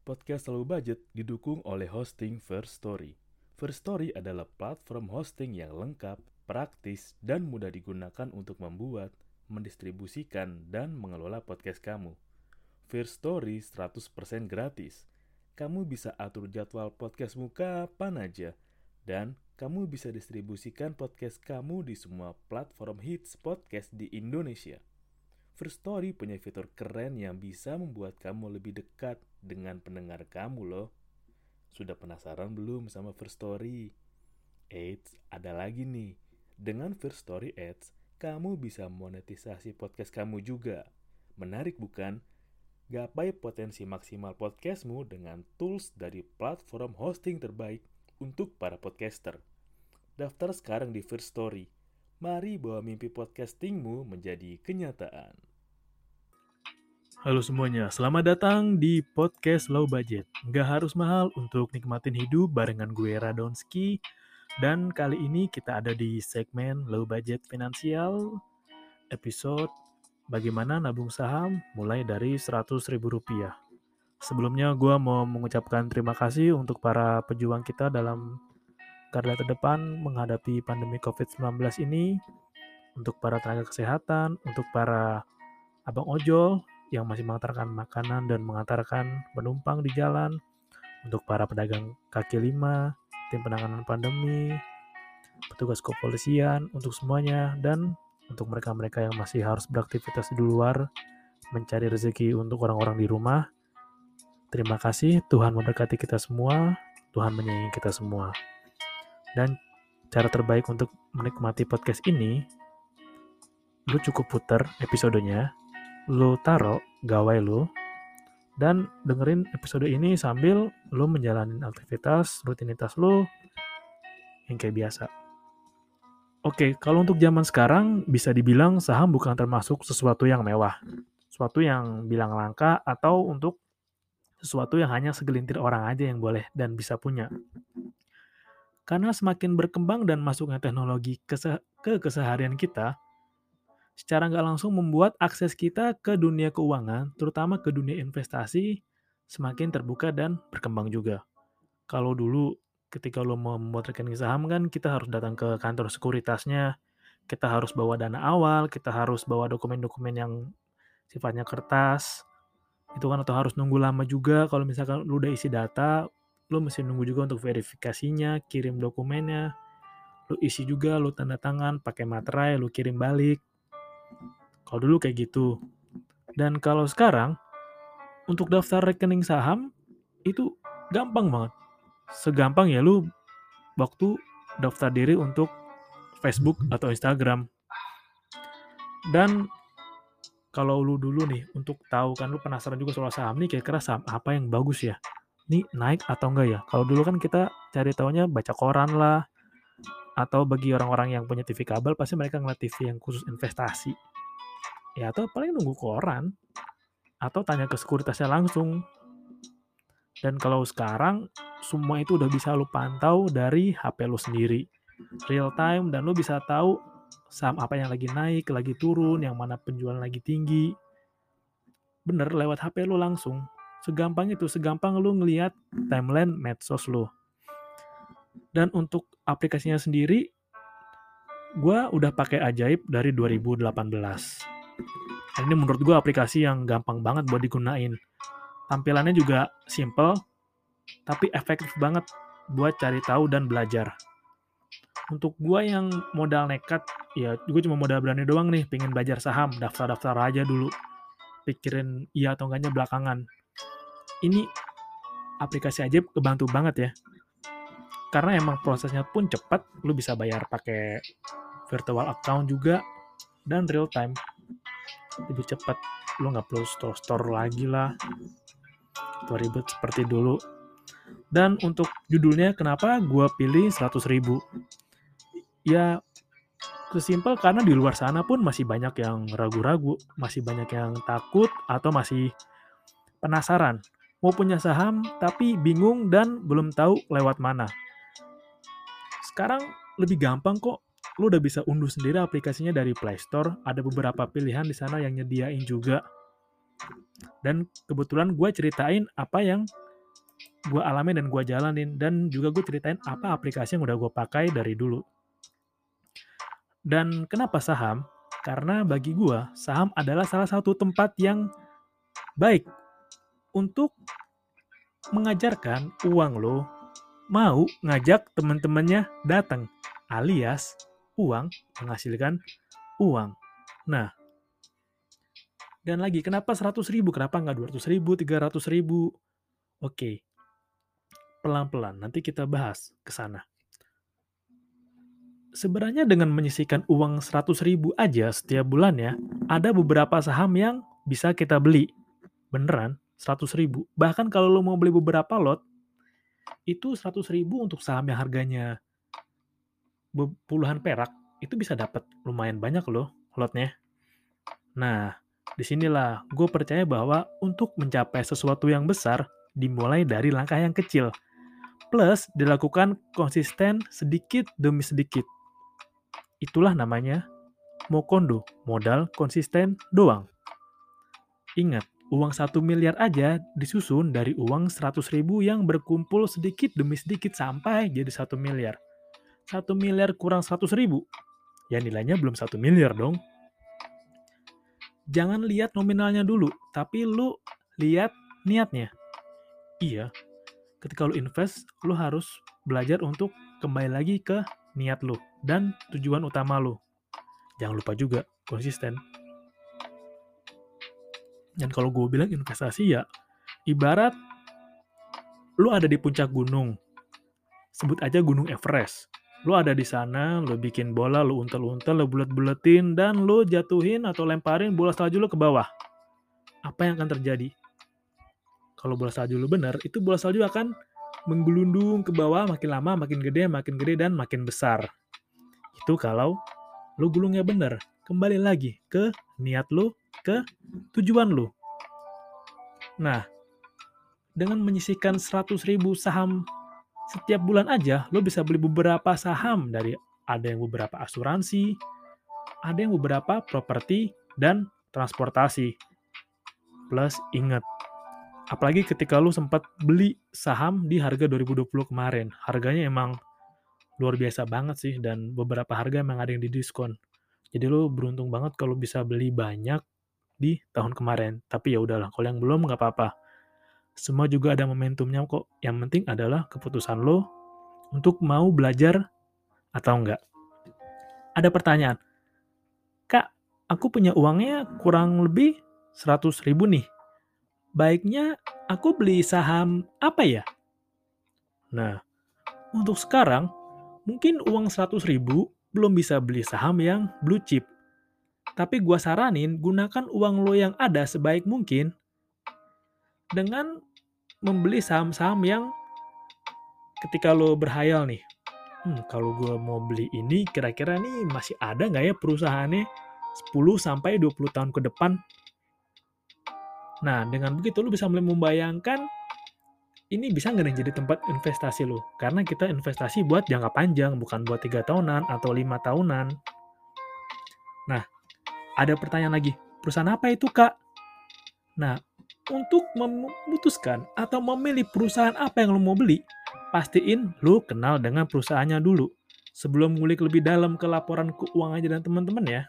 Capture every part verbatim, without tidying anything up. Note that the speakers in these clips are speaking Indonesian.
Podcast Low Budget didukung oleh hosting First Story. First Story adalah platform hosting yang lengkap, praktis, dan mudah digunakan untuk membuat, mendistribusikan, dan mengelola podcast kamu. First Story seratus persen gratis. Kamu bisa atur jadwal podcastmu kapan aja, dan kamu bisa distribusikan podcast kamu di semua platform hits podcast di Indonesia. First Story punya fitur keren yang bisa membuat kamu lebih dekat dengan pendengar kamu loh. Sudah penasaran belum sama First Story? Eits, ada lagi nih. Dengan First Story Ads, kamu bisa monetisasi podcast kamu juga. Menarik bukan? Gapai potensi maksimal podcastmu dengan tools dari platform hosting terbaik untuk para podcaster. Daftar sekarang di First Story. Mari bawa mimpi podcastingmu menjadi kenyataan. Halo semuanya, selamat datang di podcast Low Budget. Nggak harus mahal untuk nikmatin hidup barengan gue Radonski. Dan kali ini kita ada di segmen Low Budget Finansial, episode bagaimana nabung saham mulai dari seratus ribu rupiah. Sebelumnya gue mau mengucapkan terima kasih untuk para pejuang kita dalam garda terdepan menghadapi pandemi covid sembilan belas ini, untuk para tenaga kesehatan, untuk para abang ojol yang masih mengantarkan makanan dan mengantarkan penumpang di jalan, untuk para pedagang kaki lima, tim penanganan pandemi, petugas kepolisian, untuk semuanya, dan untuk mereka-mereka yang masih harus beraktivitas di luar, mencari rezeki untuk orang-orang di rumah. Terima kasih, Tuhan memberkati kita semua, Tuhan menyayangi kita semua. Dan cara terbaik untuk menikmati podcast ini, lu cukup puter episodenya, lu taruh gawai lu, dan dengerin episode ini sambil lu menjalani aktivitas, rutinitas lu yang kayak biasa. Oke, kalau untuk zaman sekarang bisa dibilang saham bukan termasuk sesuatu yang mewah, sesuatu yang bilang langka, atau untuk sesuatu yang hanya segelintir orang aja yang boleh dan bisa punya. Karena semakin berkembang dan masuknya teknologi ke, ke keseharian kita, secara nggak langsung membuat akses kita ke dunia keuangan, terutama ke dunia investasi, semakin terbuka dan berkembang juga. Kalau dulu ketika lo mau membuat rekening saham kan kita harus datang ke kantor sekuritasnya, kita harus bawa dana awal, kita harus bawa dokumen-dokumen yang sifatnya kertas, itu kan, atau harus nunggu lama juga. Kalau misalkan lo udah isi data, lo mesti nunggu juga untuk verifikasinya, kirim dokumennya, lo isi juga, lo tanda tangan, pakai materai, lo kirim balik. Kalau dulu kayak gitu. Dan kalau sekarang, untuk daftar rekening saham, itu gampang banget. Segampang ya lu waktu daftar diri untuk Facebook atau Instagram. Dan kalau lu dulu nih, untuk tahu kan lu penasaran juga soal saham nih, kira-kira saham apa yang bagus ya? Ini naik atau enggak ya? Kalau dulu kan kita cari taunya baca koran lah, atau bagi orang-orang yang punya T V kabel, pasti mereka ngeliat T V yang khusus investasi. Ya, atau paling nunggu koran, atau tanya ke sekuritasnya langsung. Dan kalau sekarang, semua itu udah bisa lu pantau dari H P lu sendiri. Real time, dan lu bisa tahu saham apa yang lagi naik, lagi turun, yang mana penjualan lagi tinggi. Bener, lewat H P lu langsung. Segampang itu, segampang lu ngelihat timeline medsos lu. Dan untuk aplikasinya sendiri, gue udah pakai Ajaib dari dua ribu delapan belas. Dan ini menurut gue aplikasi yang gampang banget buat digunain. Tampilannya juga simple, tapi efektif banget buat cari tahu dan belajar. Untuk gue yang modal nekat, ya gue cuma modal berani doang nih, pengen belajar saham, daftar-daftar aja dulu. Pikirin iya atau enggaknya belakangan. Ini aplikasi Ajaib kebantu banget ya. Karena emang prosesnya pun cepat, lu bisa bayar pakai virtual account juga, dan real time. Lebih cepat, lu nggak perlu store-store lagi lah. Itu ribet seperti dulu. Dan untuk judulnya, kenapa gue pilih seratus ribu? Ya, sesimpel karena di luar sana pun masih banyak yang ragu-ragu, masih banyak yang takut, atau masih penasaran. Mau punya saham, tapi bingung dan belum tahu lewat mana. Sekarang lebih gampang kok. Lu udah bisa unduh sendiri aplikasinya dari Play Store. Ada beberapa pilihan di sana yang nyediain juga. Dan kebetulan gue ceritain apa yang gue alamin dan gue jalanin. Dan juga gue ceritain apa aplikasi yang udah gue pakai dari dulu. Dan kenapa saham? Karena bagi gue, saham adalah salah satu tempat yang baik untuk mengajarkan uang lo mau ngajak teman-temannya datang. Alias, uang menghasilkan uang. Nah, dan lagi, kenapa seratus ribu? Kenapa nggak dua ratus ribu, tiga ratus ribu? Oke, pelan-pelan. Nanti kita bahas ke sana. Sebenarnya dengan menyisihkan uang seratus ribu aja setiap bulannya, ada beberapa saham yang bisa kita beli. Beneran, seratus ribu. Bahkan kalau lo mau beli beberapa lot, itu seratus ribu untuk saham yang harganya puluhan perak, itu bisa dapat lumayan banyak loh lotnya. Nah, disinilah gue percaya bahwa untuk mencapai sesuatu yang besar, dimulai dari langkah yang kecil. Plus, dilakukan konsisten sedikit demi sedikit. Itulah namanya Mokondo, modal konsisten doang. Ingat, uang satu miliar aja disusun dari uang seratus ribu yang berkumpul sedikit demi sedikit sampai jadi satu miliar. Satu miliar kurang seratus ribu, ya nilainya belum satu miliar dong. Jangan lihat nominalnya dulu, tapi lu lihat niatnya. Iya, ketika lu invest, lu harus belajar untuk kembali lagi ke niat lu dan tujuan utama lu. Jangan lupa juga konsisten. Dan kalau gue bilang investasi ya, ibarat lu ada di puncak gunung. Sebut aja Gunung Everest. Lu ada di sana, lu bikin bola, lu untel-untel, lu bulet-buletin, dan lu jatuhin atau lemparin bola salju lu ke bawah. Apa yang akan terjadi? Kalau bola salju lu benar, itu bola salju akan menggelundung ke bawah makin lama, makin gede, makin gede, dan makin besar. Itu kalau lu gulungnya benar. Kembali lagi ke niat lu, ke tujuan lu. Nah, dengan menyisihkan seratus ribu saham setiap bulan aja, lo bisa beli beberapa saham dari ada yang beberapa asuransi, ada yang beberapa properti, dan transportasi. Plus, ingat, apalagi ketika lo sempat beli saham di harga dua ribu dua puluh kemarin, harganya emang luar biasa banget sih, dan beberapa harga emang ada yang didiskon. Jadi lo beruntung banget kalau bisa beli banyak di tahun kemarin. Tapi ya udahlah, kalau yang belum nggak apa-apa. Semua juga ada momentumnya kok. Yang penting adalah keputusan lo untuk mau belajar atau enggak. Ada pertanyaan, Kak, aku punya uangnya kurang lebih seratus ribu nih. Baiknya aku beli saham apa ya? Nah, untuk sekarang, mungkin uang seratus ribu belum bisa beli saham yang blue chip. Tapi gua saranin gunakan uang lo yang ada sebaik mungkin dengan membeli saham-saham yang ketika lo berhayal nih, hmm, kalau gue mau beli ini, kira-kira nih masih ada nggak ya perusahaannya sepuluh sampai dua puluh tahun ke depan? Nah, dengan begitu lo bisa mulai membayangkan ini bisa nggak nih jadi tempat investasi lo? Karena kita investasi buat jangka panjang, bukan buat tiga tahunan atau lima tahunan. Nah, ada pertanyaan lagi, perusahaan apa itu, Kak? Nah, untuk memutuskan atau memilih perusahaan apa yang lo mau beli, pastiin lo kenal dengan perusahaannya dulu. Sebelum ngulik lebih dalam ke laporan keuangannya dan teman-teman ya.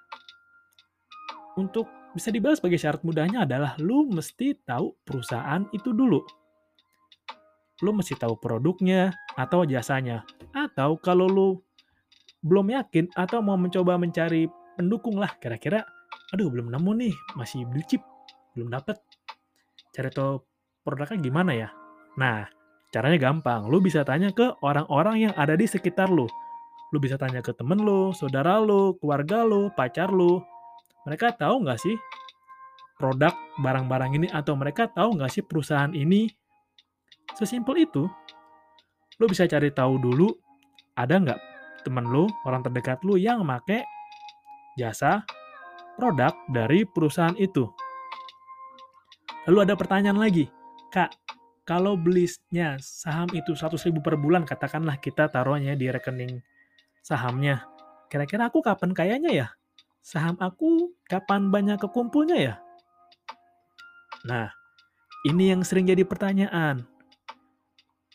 Untuk bisa dibalas sebagai syarat mudahnya adalah lo mesti tahu perusahaan itu dulu. Lo mesti tahu produknya atau jasanya. Atau kalau lo belum yakin atau mau mencoba mencari pendukung lah, kira-kira, aduh belum nemu nih, masih blue chip, belum dapat. Cari tahu produknya gimana ya? Nah, caranya gampang. Lu bisa tanya ke orang-orang yang ada di sekitar lu. Lu bisa tanya ke temen lu, saudara lu, keluarga lu, pacar lu. Mereka tahu nggak sih produk barang-barang ini? Atau mereka tahu nggak sih perusahaan ini? Sesimpel itu. Lu bisa cari tahu dulu, ada nggak temen lu, orang terdekat lu yang make jasa produk dari perusahaan itu. Lalu ada pertanyaan lagi, Kak, kalau belinya saham itu seratus ribu per bulan, katakanlah kita taruhnya di rekening sahamnya. Kira-kira aku kapan kayanya ya? Saham aku kapan banyak kekumpulnya ya? Nah, ini yang sering jadi pertanyaan.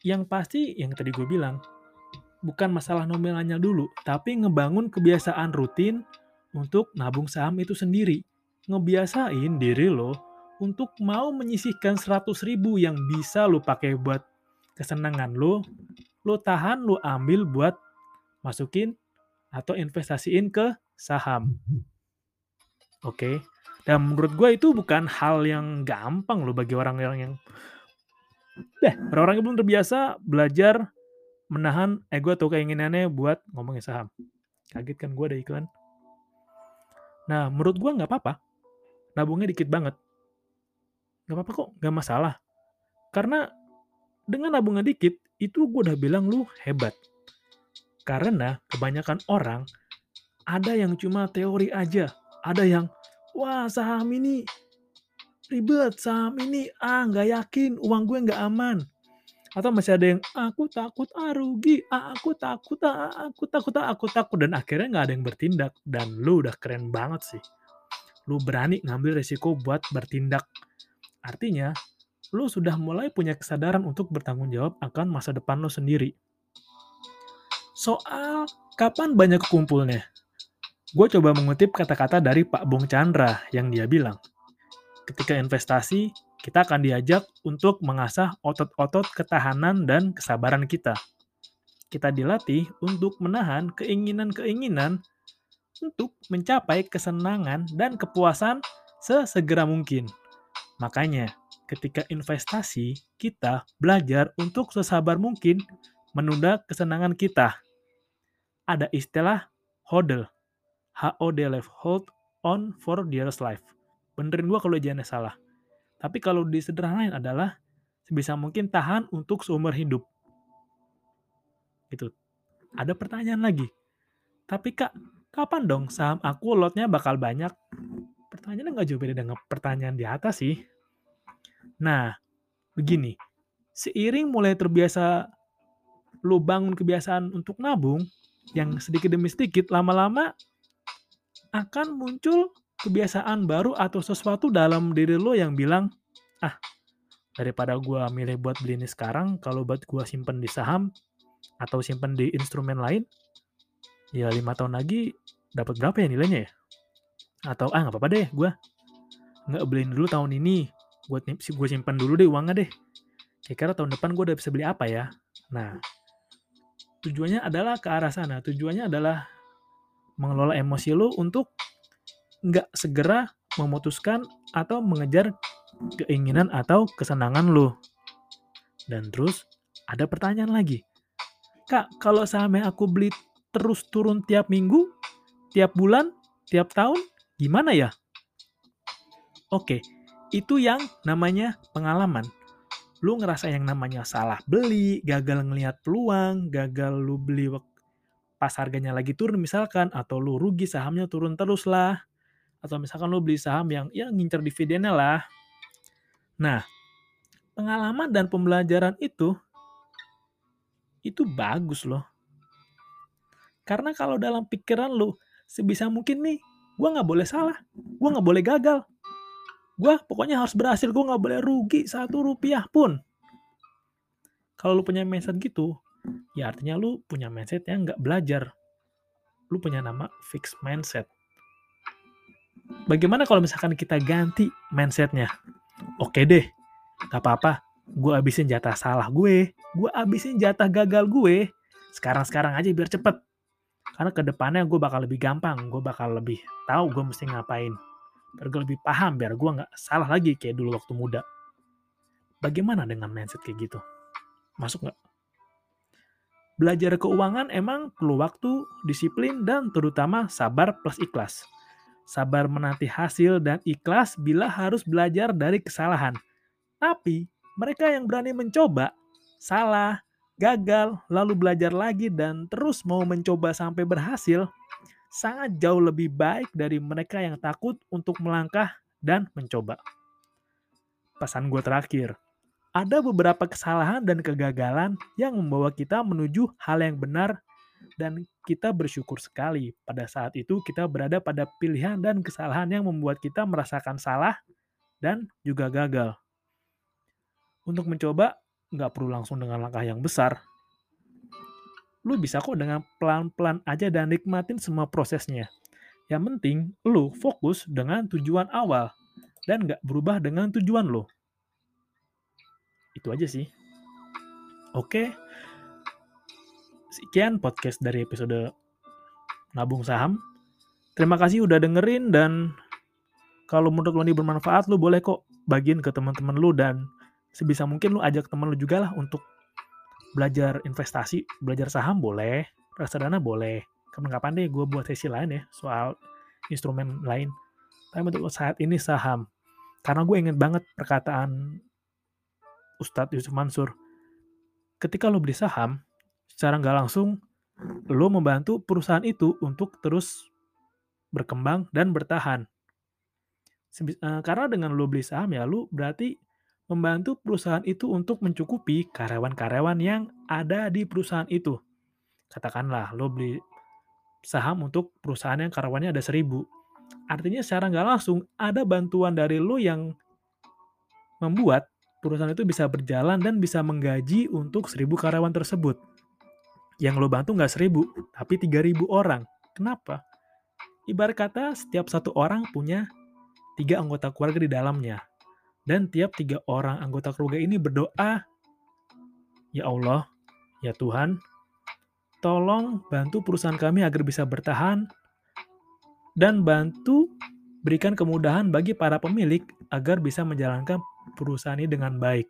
Yang pasti yang tadi gue bilang, bukan masalah nominalnya dulu, tapi ngebangun kebiasaan rutin untuk nabung saham itu sendiri. Ngebiasain diri lo untuk mau menyisihkan seratus ribu yang bisa lo pakai buat kesenangan lo, lo tahan, lo ambil buat masukin atau investasiin ke saham. Oke. Okay? Dan menurut gue itu bukan hal yang gampang loh bagi orang yang yang deh, orang-orang yang belum terbiasa belajar menahan ego atau keinginannya buat ngomongin saham. Kaget kan gue ada iklan. Nah, menurut gue nggak apa-apa. Nabungnya dikit banget. Nggak apa-apa kok, nggak masalah. Karena dengan nabungnya dikit, itu gue udah bilang lu hebat. Karena kebanyakan orang ada yang cuma teori aja. Ada yang, wah saham ini ribet, saham ini ah nggak yakin, uang gue nggak aman. Atau masih ada yang, aku takut ah rugi, ah aku takut ah aku takut ah aku takut. Dan akhirnya nggak ada yang bertindak. Dan lu udah keren banget sih. Lu berani ngambil resiko buat bertindak. Artinya, lu sudah mulai punya kesadaran untuk bertanggung jawab akan masa depan lu sendiri. Soal kapan banyak kekumpulnya? Gue coba mengutip kata-kata dari Pak Bung Chandra yang dia bilang, ketika investasi, kita akan diajak untuk mengasah otot-otot ketahanan dan kesabaran kita. Kita dilatih untuk menahan keinginan-keinginan untuk mencapai kesenangan dan kepuasan sesegera mungkin. Makanya, ketika investasi, kita belajar untuk sesabar mungkin menunda kesenangan kita. Ada istilah hodl. H O D L F, hold on for dearest life. Benerin gue kalau jangan salah. Tapi kalau disederhanain adalah sebisa mungkin tahan untuk seumur hidup. Gitu. Ada pertanyaan lagi. Tapi kak, kapan dong saham aku lotnya bakal banyak? Pertanyaannya nggak jauh beda dengan pertanyaan di atas sih. Nah, begini. Seiring mulai terbiasa lu bangun kebiasaan untuk nabung, yang sedikit demi sedikit, lama-lama akan muncul kebiasaan baru atau sesuatu dalam diri lo yang bilang, ah, daripada gue milih buat beli ini sekarang, kalau buat gue simpen di saham atau simpen di instrumen lain, ya lima tahun lagi dapat berapa ya nilainya ya? Atau ah nggak apa-apa deh, gue nggak beliin dulu tahun ini, gue gue simpen dulu deh uangnya deh. Kira-kira tahun depan gue udah bisa beli apa ya? Nah, tujuannya adalah ke arah sana. Tujuannya adalah mengelola emosi lo untuk nggak segera memutuskan atau mengejar keinginan atau kesenangan lo. Dan terus ada pertanyaan lagi. Kak, kalau sahamnya aku beli terus turun tiap minggu, tiap bulan, tiap tahun, gimana ya? Oke, itu yang namanya pengalaman. Lu ngerasa yang namanya salah beli, gagal ngelihat peluang, gagal lu beli pas harganya lagi turun misalkan, atau lu rugi sahamnya turun terus lah, atau misalkan lu beli saham yang ya ngincer dividennya lah. Nah, pengalaman dan pembelajaran itu itu bagus loh. Karena kalau dalam pikiran lu sebisa mungkin nih, gue nggak boleh salah, gue nggak boleh gagal, gue pokoknya harus berhasil, gue nggak boleh rugi satu rupiah pun. Kalau lu punya mindset gitu, ya artinya lu punya mindset yang nggak belajar. Lu punya nama fixed mindset. Bagaimana kalau misalkan kita ganti mindsetnya? Oke deh, gak apa-apa, gue abisin jatah salah gue, gue abisin jatah gagal gue, sekarang-sekarang aja biar cepet. Karena kedepannya gue bakal lebih gampang, gue bakal lebih tahu gue mesti ngapain. Biar gue lebih paham, biar gue gak salah lagi kayak dulu waktu muda. Bagaimana dengan mindset kayak gitu? Masuk gak? Belajar keuangan emang perlu waktu, disiplin, dan terutama sabar plus ikhlas. Sabar menanti hasil dan ikhlas bila harus belajar dari kesalahan. Tapi mereka yang berani mencoba, salah, gagal, lalu belajar lagi dan terus mau mencoba sampai berhasil, sangat jauh lebih baik dari mereka yang takut untuk melangkah dan mencoba. Pesan gue terakhir, ada beberapa kesalahan dan kegagalan yang membawa kita menuju hal yang benar dan kita bersyukur sekali pada saat itu kita berada pada pilihan dan kesalahan yang membuat kita merasakan salah dan juga gagal. Untuk mencoba, nggak perlu langsung dengan langkah yang besar. Lu bisa kok dengan pelan-pelan aja dan nikmatin semua prosesnya. Yang penting, lu fokus dengan tujuan awal dan nggak berubah dengan tujuan lo. Itu aja sih. Oke, sekian podcast dari episode Nabung Saham. Terima kasih udah dengerin, dan kalau menurut lo ini bermanfaat, lo boleh kok bagiin ke teman-teman lo, dan sebisa mungkin lo ajak teman lo juga lah untuk belajar investasi, belajar saham boleh, reksadana boleh. Kapan-kapan deh gue buat sesi lain ya soal instrumen lain. Tapi untuk saat ini saham. Karena gue inget banget perkataan Ustadz Yusuf Mansur. Ketika lo beli saham, secara nggak langsung lo membantu perusahaan itu untuk terus berkembang dan bertahan. Karena dengan lo beli saham ya lo berarti membantu perusahaan itu untuk mencukupi karyawan-karyawan yang ada di perusahaan itu. Katakanlah lo beli saham untuk perusahaan yang karyawannya ada seribu. Artinya secara nggak langsung ada bantuan dari lo yang membuat perusahaan itu bisa berjalan dan bisa menggaji untuk seribu karyawan tersebut. Yang lo bantu nggak seribu, tapi tiga ribu orang. Kenapa? Ibarat kata setiap satu orang punya tiga anggota keluarga di dalamnya. Dan tiap tiga orang anggota keluarga ini berdoa, ya Allah, ya Tuhan, tolong bantu perusahaan kami agar bisa bertahan, dan bantu berikan kemudahan bagi para pemilik agar bisa menjalankan perusahaan ini dengan baik.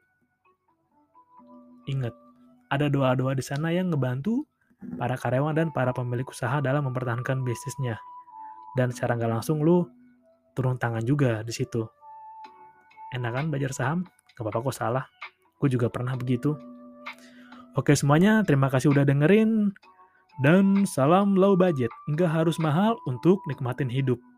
Ingat, ada doa-doa di sana yang ngebantu para karyawan dan para pemilik usaha dalam mempertahankan bisnisnya. Dan secara nggak langsung lu turun tangan juga di situ. Enak kan belajar saham? Gak apa-apa kok salah. Gue juga pernah begitu. Oke semuanya, terima kasih udah dengerin. Dan salam low budget. Nggak harus mahal untuk nikmatin hidup.